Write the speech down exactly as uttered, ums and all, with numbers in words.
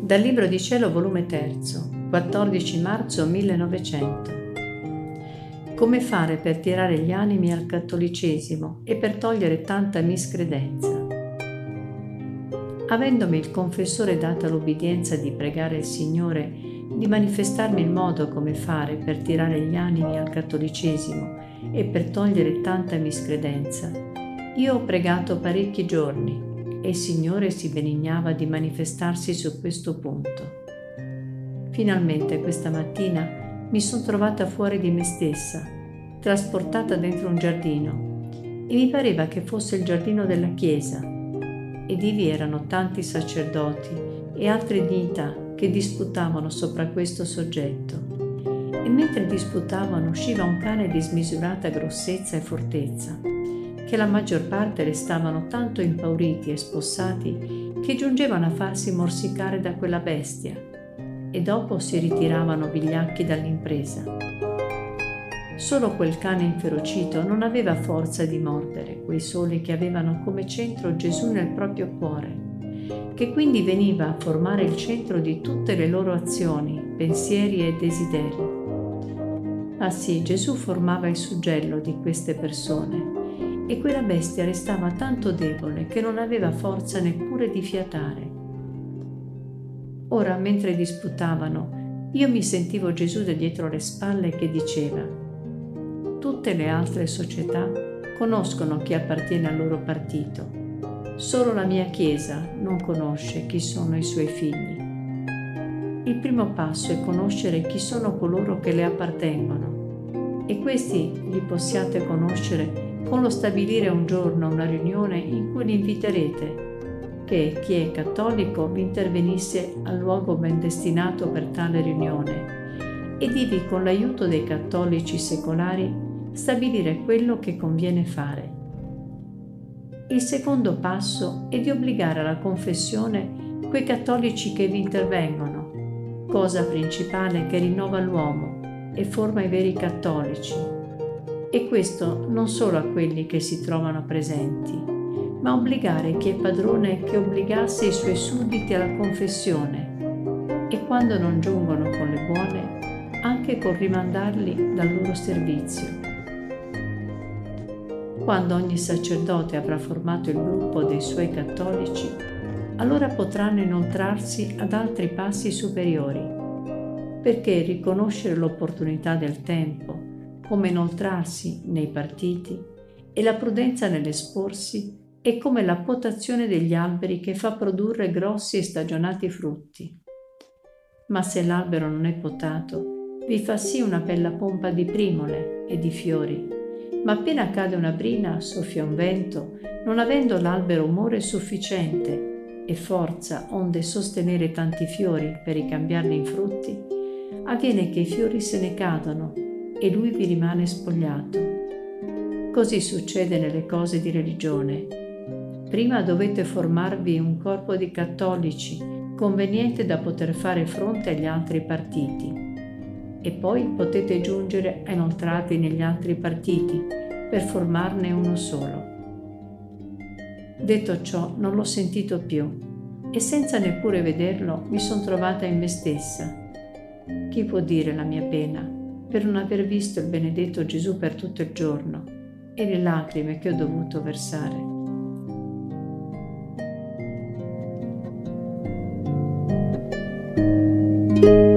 Dal Libro di Cielo, volume tre, quattordici marzo millenovecento. Come fare per tirare gli animi al cattolicesimo e per togliere tanta miscredenza? Avendomi il confessore data l'ubbidienza di pregare il Signore di manifestarmi il modo come fare per tirare gli animi al cattolicesimo e per togliere tanta miscredenza, io ho pregato parecchi giorni e il Signore si benignava di manifestarsi su questo punto. Finalmente questa mattina mi sono trovata fuori di me stessa, trasportata dentro un giardino, e mi pareva che fosse il giardino della chiesa, ed ivi erano tanti sacerdoti e altre dignità che disputavano sopra questo soggetto, e mentre disputavano usciva un cane di smisurata grossezza e fortezza, che la maggior parte restavano tanto impauriti e spossati che giungevano a farsi morsicare da quella bestia, e dopo si ritiravano vigliacchi dall'impresa. Solo quel cane inferocito non aveva forza di mordere quei soli che avevano come centro Gesù nel proprio cuore, che quindi veniva a formare il centro di tutte le loro azioni, pensieri e desideri. Ah sì, Gesù formava il suggello di queste persone, e quella bestia restava tanto debole che non aveva forza neppure di fiatare. Ora, mentre disputavano, io mi sentivo Gesù da dietro le spalle che diceva: tutte le altre società conoscono chi appartiene al loro partito, solo la mia Chiesa non conosce chi sono i suoi figli. Il primo passo è conoscere chi sono coloro che le appartengono, e questi li possiate conoscere con lo stabilire un giorno una riunione in cui li inviterete, che chi è cattolico vi intervenisse al luogo ben destinato per tale riunione, ed ivi con l'aiuto dei cattolici secolari stabilire quello che conviene fare. Il secondo passo è di obbligare alla confessione quei cattolici che vi intervengono, cosa principale che rinnova l'uomo e forma i veri cattolici, e questo non solo a quelli che si trovano presenti, ma obbligare chi è padrone che obbligasse i suoi sudditi alla confessione, e quando non giungono con le buone, anche con rimandarli dal loro servizio. Quando ogni sacerdote avrà formato il gruppo dei suoi cattolici, allora potranno inoltrarsi ad altri passi superiori, perché riconoscere l'opportunità del tempo, come inoltrarsi nei partiti, e la prudenza nell'esporsi è come la potazione degli alberi che fa produrre grossi e stagionati frutti. Ma se l'albero non è potato, vi fa sì una bella pompa di primole e di fiori, ma appena cade una brina soffia un vento, non avendo l'albero umore sufficiente e forza onde sostenere tanti fiori per ricambiarli in frutti, avviene che i fiori se ne cadono e lui vi rimane spogliato. Così succede nelle cose di religione. Prima dovete formarvi un corpo di cattolici conveniente da poter fare fronte agli altri partiti, e poi potete giungere a inoltrarvi negli altri partiti per formarne uno solo. Detto ciò, non l'ho sentito più, e senza neppure vederlo mi sono trovata in me stessa. Chi può dire la mia pena per non aver visto il benedetto Gesù per tutto il giorno e le lacrime che ho dovuto versare?